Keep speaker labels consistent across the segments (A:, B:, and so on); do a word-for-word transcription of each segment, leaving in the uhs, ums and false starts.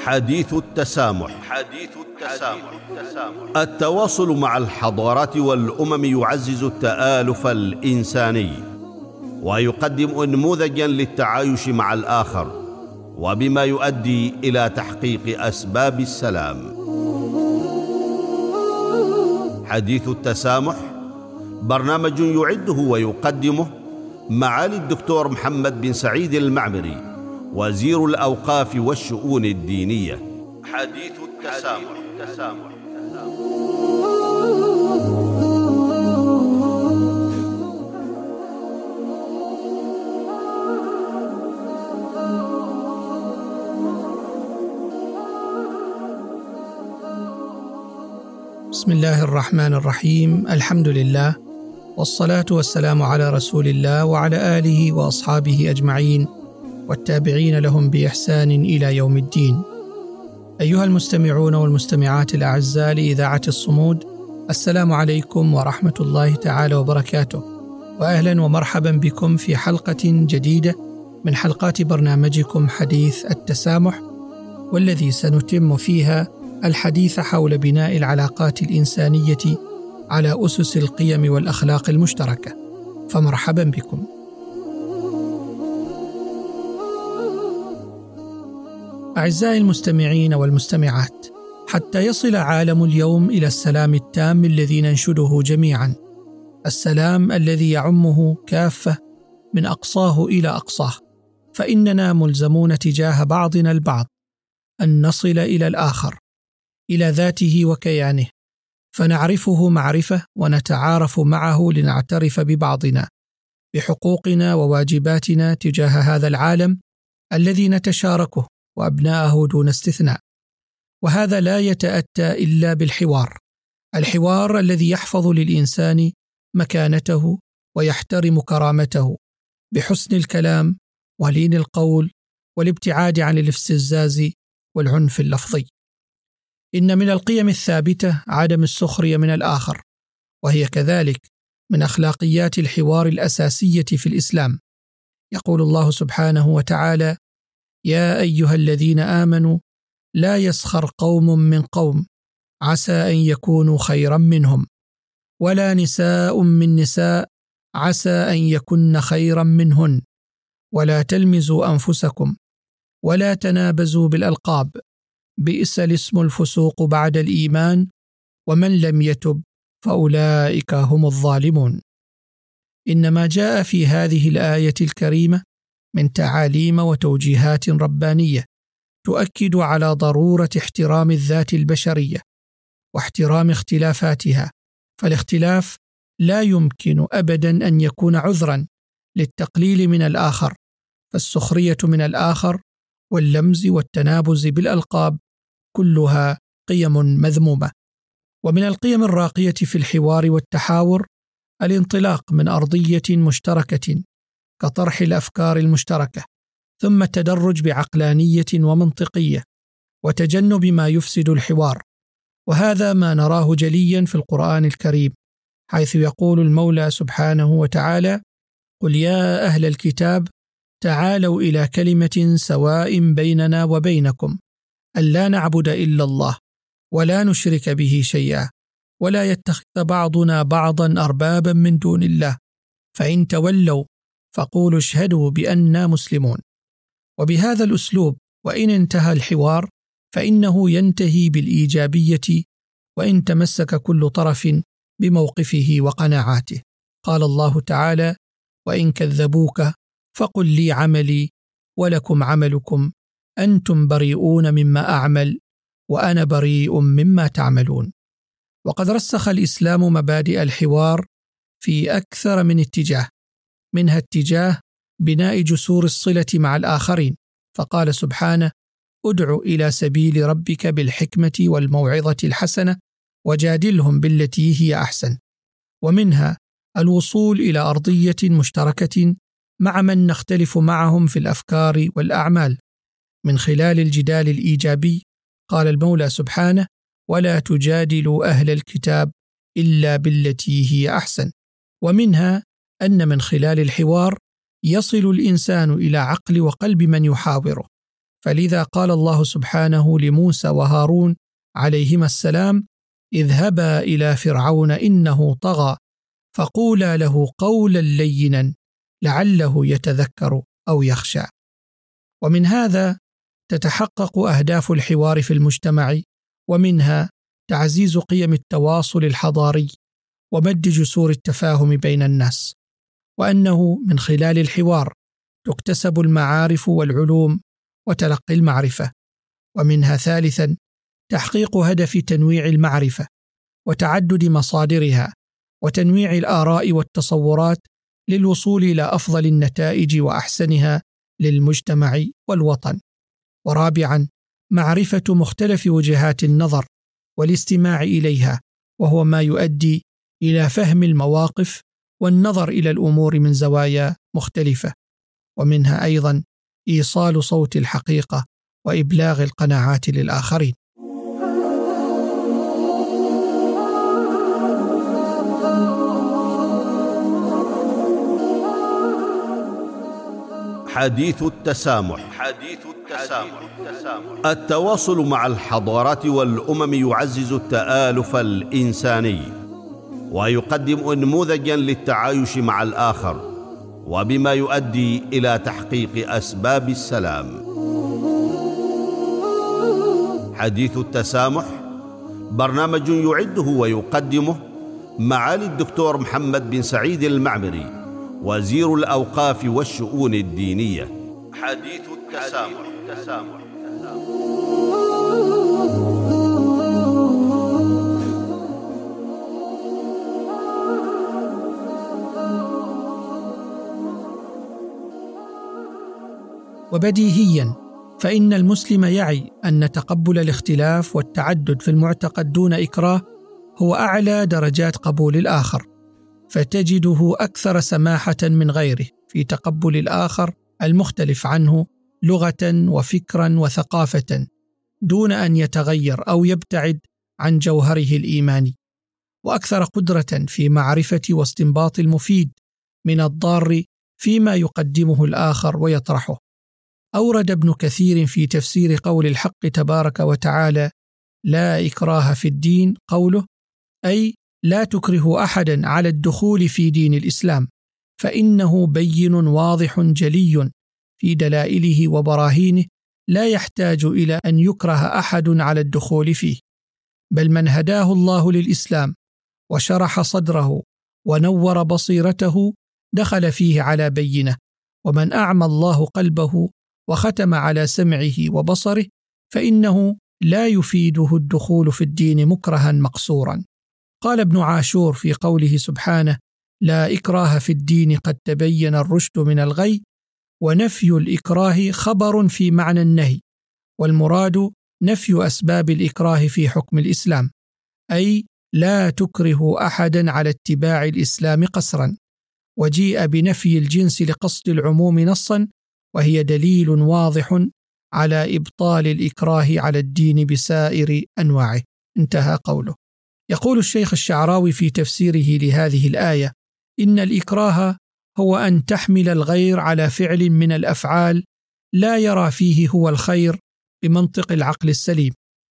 A: حديث التسامح. حديث التسامح. التواصل مع الحضارات والأمم يعزز التآلف الإنساني ويقدم نموذجا للتعايش مع الآخر، وبما يؤدي إلى تحقيق أسباب السلام. حديث التسامح برنامج يعده ويقدمه معالي الدكتور محمد بن سعيد المعمري، وزير الأوقاف والشؤون الدينية. حديث التسامح.
B: بسم الله الرحمن الرحيم. الحمد لله والصلاة والسلام على رسول الله وعلى آله وأصحابه أجمعين والتابعين لهم بإحسان إلى يوم الدين. أيها المستمعون والمستمعات الأعزاء لإذاعة الصمود، السلام عليكم ورحمة الله تعالى وبركاته، وأهلا ومرحبا بكم في حلقة جديدة من حلقات برنامجكم حديث التسامح، والذي سنتم فيها الحديث حول بناء العلاقات الإنسانية على أسس القيم والأخلاق المشتركة. فمرحبا بكم. أعزائي المستمعين والمستمعات، حتى يصل عالم اليوم إلى السلام التام الذي ننشده جميعا، السلام الذي يعمه كافة من أقصاه إلى أقصاه، فإننا ملزمون تجاه بعضنا البعض أن نصل إلى الآخر، إلى ذاته وكيانه، فنعرفه معرفة ونتعارف معه لنعترف ببعضنا، بحقوقنا وواجباتنا تجاه هذا العالم الذي نتشاركه وأبناءه دون استثناء. وهذا لا يتأتى إلا بالحوار، الحوار الذي يحفظ للإنسان مكانته ويحترم كرامته بحسن الكلام ولين القول والابتعاد عن الاستفزاز والعنف اللفظي. إن من القيم الثابتة عدم السخرية من الآخر، وهي كذلك من أخلاقيات الحوار الأساسية في الإسلام. يقول الله سبحانه وتعالى: يا أيها الذين آمنوا لا يسخر قوم من قوم عسى أن يكونوا خيرا منهم، ولا نساء من نساء عسى أن يكن خيرا منهن، ولا تلمزوا أنفسكم، ولا تنابزوا بالألقاب، بئس الاسم الفسوق بعد الإيمان، ومن لم يتب فأولئك هم الظالمون. إن ما جاء في هذه الآية الكريمة من تعاليم وتوجيهات ربانية تؤكد على ضرورة احترام الذات البشرية واحترام اختلافاتها، فالاختلاف لا يمكن أبدا أن يكون عذرا للتقليل من الآخر، فالسخرية من الآخر واللمز والتنابز بالألقاب كلها قيم مذمومة. ومن القيم الراقية في الحوار والتحاور الانطلاق من أرضية مشتركة كطرح الأفكار المشتركة، ثم التدرج بعقلانية ومنطقية وتجنب ما يفسد الحوار. وهذا ما نراه جليا في القرآن الكريم، حيث يقول المولى سبحانه وتعالى: قل يا أهل الكتاب تعالوا إلى كلمة سواء بيننا وبينكم ألا نعبد إلا الله ولا نشرك به شيئا ولا يتخذ بعضنا بعضا أربابا من دون الله فإن تولوا فقولوا اشهدوا بأننا مسلمون. وبهذا الأسلوب وإن انتهى الحوار فإنه ينتهي بالإيجابية، وإن تمسك كل طرف بموقفه وقناعاته. قال الله تعالى: وإن كذبوك فقل لي عملي ولكم عملكم أنتم بريئون مما أعمل وأنا بريء مما تعملون. وقد رسخ الإسلام مبادئ الحوار في أكثر من اتجاه، منها اتجاه بناء جسور الصلة مع الآخرين، فقال سبحانه: ادع إلى سبيل ربك بالحكمة والموعظة الحسنة وجادلهم بالتي هي أحسن. ومنها الوصول إلى أرضية مشتركة مع من نختلف معهم في الأفكار والأعمال من خلال الجدال الإيجابي. قال المولى سبحانه: ولا تجادلوا أهل الكتاب إلا بالتي هي أحسن. ومنها أن من خلال الحوار يصل الإنسان إلى عقل وقلب من يحاوره، فلذا قال الله سبحانه لموسى وهارون عليهما السلام: اذهبا إلى فرعون إنه طغى فقولا له قولا لينا لعله يتذكر أو يخشى. ومن هذا تتحقق أهداف الحوار في المجتمع، ومنها تعزيز قيم التواصل الحضاري ومد جسور التفاهم بين الناس، وأنه من خلال الحوار تكتسب المعارف والعلوم وتلقي المعرفة. ومنها ثالثا تحقيق هدف تنويع المعرفة وتعدد مصادرها وتنويع الآراء والتصورات للوصول إلى أفضل النتائج وأحسنها للمجتمع والوطن. ورابعا معرفة مختلف وجهات النظر والاستماع إليها، وهو ما يؤدي إلى فهم المواقف والنظر إلى الأمور من زوايا مختلفة. ومنها أيضا إيصال صوت الحقيقة وإبلاغ القناعات للآخرين.
A: حديث التسامح. حديث التسامح. التواصل مع الحضارات والأمم يعزز التآلف الإنساني ويقدم نموذجا للتعايش مع الآخر، وبما يؤدي إلى تحقيق أسباب السلام. حديث التسامح برنامج يعده ويقدمه معالي الدكتور محمد بن سعيد المعمري، وزير الأوقاف والشؤون الدينية. حديث التسامح.
B: وبديهيا فإن المسلم يعي أن تقبل الاختلاف والتعدد في المعتقد دون إكراه هو أعلى درجات قبول الآخر، فتجده أكثر سماحة من غيره في تقبل الآخر المختلف عنه لغة وفكرا وثقافة، دون أن يتغير أو يبتعد عن جوهره الإيماني، وأكثر قدرة في معرفة واستنباط المفيد من الضار فيما يقدمه الآخر ويطرحه. أورد ابن كثير في تفسير قول الحق تبارك وتعالى: لا إكراه في الدين، قوله أي لا تكره أحدا على الدخول في دين الإسلام، فإنه بين واضح جلي في دلائله وبراهينه، لا يحتاج إلى أن يكره أحد على الدخول فيه، بل من هداه الله للإسلام وشرح صدره ونور بصيرته دخل فيه على بينة، ومن أعمى الله قلبه وختم على سمعه وبصره فإنه لا يفيده الدخول في الدين مكرها مقصورا. قال ابن عاشور في قوله سبحانه: لا إكراه في الدين قد تبين الرشد من الغي، ونفي الإكراه خبر في معنى النهي، والمراد نفي أسباب الإكراه في حكم الإسلام، أي لا تكره أحدا على اتباع الإسلام قسرا. وجيء بنفي الجنس لقصد العموم نصا، وهي دليل واضح على إبطال الإكراه على الدين بسائر أنواعه. انتهى قوله. يقول الشيخ الشعراوي في تفسيره لهذه الآية: إن الإكراه هو أن تحمل الغير على فعل من الأفعال لا يرى فيه هو الخير بمنطق العقل السليم،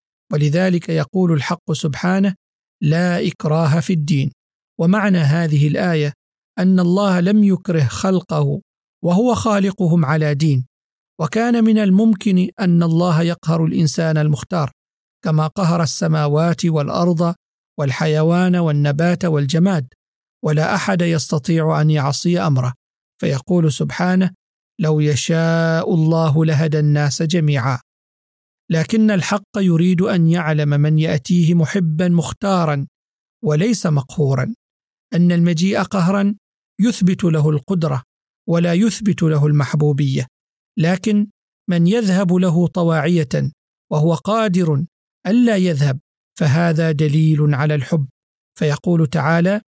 B: ولذلك يقول الحق سبحانه: لا إكراه في الدين. ومعنى هذه الآية أن الله لم يكره خلقه وهو خالقهم على دين، وكان من الممكن أن الله يقهر الإنسان المختار كما قهر السماوات والأرض والحيوان والنبات والجماد، ولا أحد يستطيع أن يعصي أمره، فيقول سبحانه: لو يشاء الله لهدى الناس جميعا. لكن الحق يريد أن يعلم من يأتيه محبا مختارا وليس مقهورا أن المجيء قهرا يثبت له القدرة ولا يثبت له المحبوبية، لكن من يذهب له طواعية وهو قادر ألا يذهب فهذا دليل على الحب. فيقول تعالى: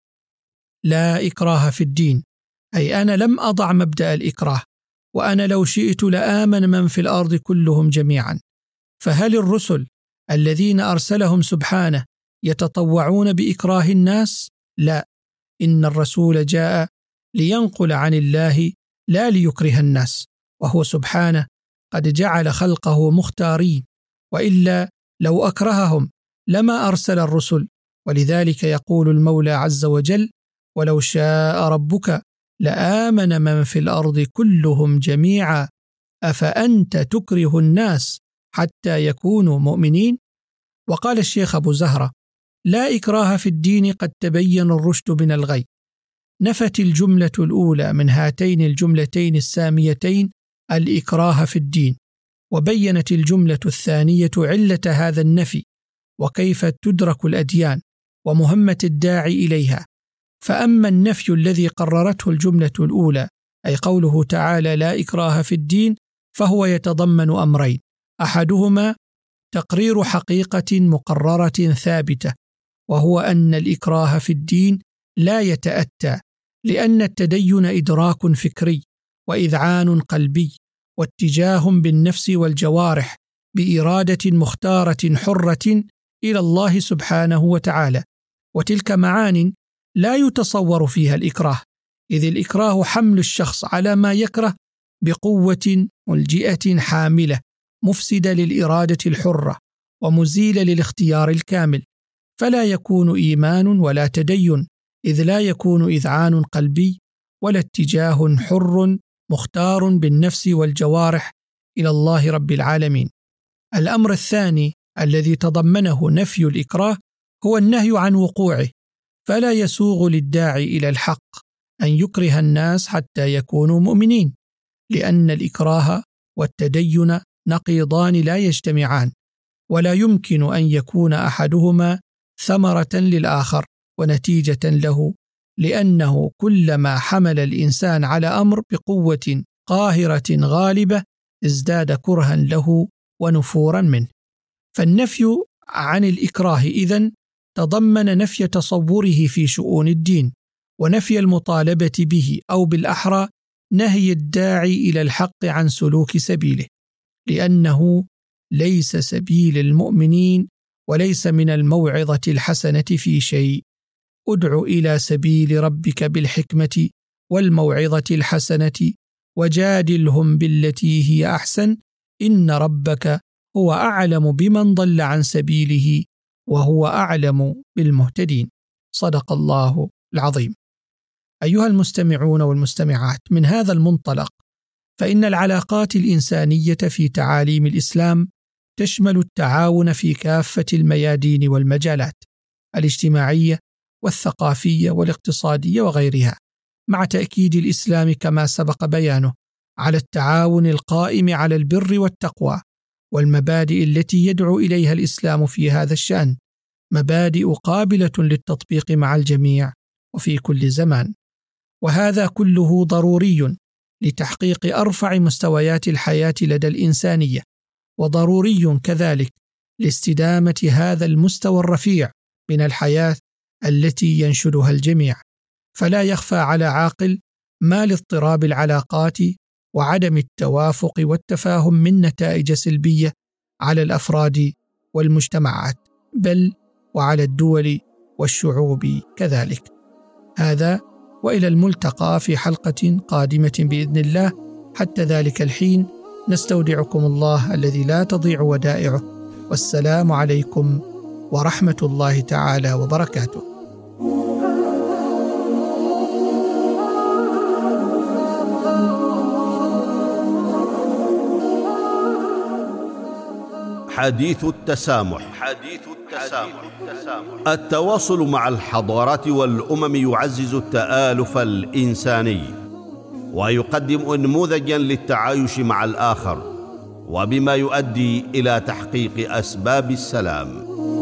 B: لا إكراه في الدين، أي أنا لم أضع مبدأ الإكراه، وأنا لو شئت لآمن من في الأرض كلهم جميعا. فهل الرسل الذين أرسلهم سبحانه يتطوعون بإكراه الناس؟ لا، إن الرسول جاء لينقل عن الله لا ليكره الناس، وهو سبحانه قد جعل خلقه مختارين، وإلا لو أكرههم لما أرسل الرسل. ولذلك يقول المولى عز وجل: ولو شاء ربك لآمن من في الأرض كلهم جميعا أفأنت تكره الناس حتى يكونوا مؤمنين. وقال الشيخ أبو زهرة: لا إكراه في الدين قد تبين الرشد من الغي. نفت الجملة الأولى من هاتين الجملتين الساميتين الإكراه في الدين، وبينت الجملة الثانية علة هذا النفي وكيف تدرك الأديان ومهمة الداعي إليها. فأما النفي الذي قررته الجملة الأولى، أي قوله تعالى: لا إكراه في الدين، فهو يتضمن أمرين: أحدهما تقرير حقيقة مقررة ثابتة، وهو أن الإكراه في الدين لا يتأتى، لأن التدين إدراك فكري وإذعان قلبي واتجاه بالنفس والجوارح بإرادة مختارة حرة إلى الله سبحانه وتعالى، وتلك معان لا يتصور فيها الإكراه، إذ الإكراه حمل الشخص على ما يكره بقوة ملجئة حاملة مفسدة للإرادة الحرة ومزيلة للاختيار الكامل، فلا يكون إيمان ولا تدين، إذ لا يكون إذعان قلبي ولا اتجاه حر مختار بالنفس والجوارح إلى الله رب العالمين. الأمر الثاني الذي تضمنه نفي الإكراه هو النهي عن وقوعه، فلا يسوغ للداعي إلى الحق أن يكره الناس حتى يكونوا مؤمنين، لأن الإكراه والتدين نقيضان لا يجتمعان، ولا يمكن أن يكون أحدهما ثمرة للآخر ونتيجة له، لأنه كلما حمل الإنسان على أمر بقوة قاهرة غالبة ازداد كرها له ونفورا منه. فالنفي عن الإكراه إذن تضمن نفي تصوره في شؤون الدين، ونفي المطالبة به، أو بالأحرى نهي الداعي إلى الحق عن سلوك سبيله، لأنه ليس سبيل المؤمنين وليس من الموعظة الحسنة في شيء. ادع إلى سبيل ربك بالحكمة والموعظة الحسنة وجادلهم بالتي هي أحسن إن ربك هو أعلم بمن ضل عن سبيله وهو أعلم بالمهتدين. صدق الله العظيم. أيها المستمعون والمستمعات، من هذا المنطلق فإن العلاقات الإنسانية في تعاليم الإسلام تشمل التعاون في كافة الميادين والمجالات الاجتماعية والثقافية والاقتصادية وغيرها، مع تأكيد الإسلام كما سبق بيانه على التعاون القائم على البر والتقوى، والمبادئ التي يدعو إليها الإسلام في هذا الشأن مبادئ قابلة للتطبيق مع الجميع وفي كل زمان، وهذا كله ضروري لتحقيق أرفع مستويات الحياة لدى الإنسانية، وضروري كذلك لاستدامة هذا المستوى الرفيع من الحياة التي ينشدها الجميع. فلا يخفى على عاقل ما لاضطراب العلاقات وعدم التوافق والتفاهم من نتائج سلبية على الأفراد والمجتمعات، بل وعلى الدول والشعوب كذلك. هذا وإلى الملتقى في حلقة قادمة بإذن الله. حتى ذلك الحين نستودعكم الله الذي لا تضيع ودائعه، والسلام عليكم ورحمة الله تعالى وبركاته.
A: حديث التسامح. حديث التسامح. التواصل مع الحضارات والأمم يعزز التآلف الإنساني ويقدم نموذجا للتعايش مع الآخر، وبما يؤدي إلى تحقيق أسباب السلام.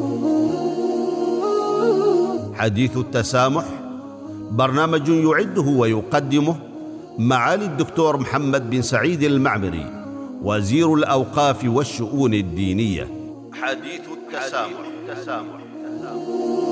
A: حديث التسامح برنامج يعده ويقدمه معالي الدكتور محمد بن سعيد المعمري، وزير الأوقاف والشؤون الدينية. حديث التسامح.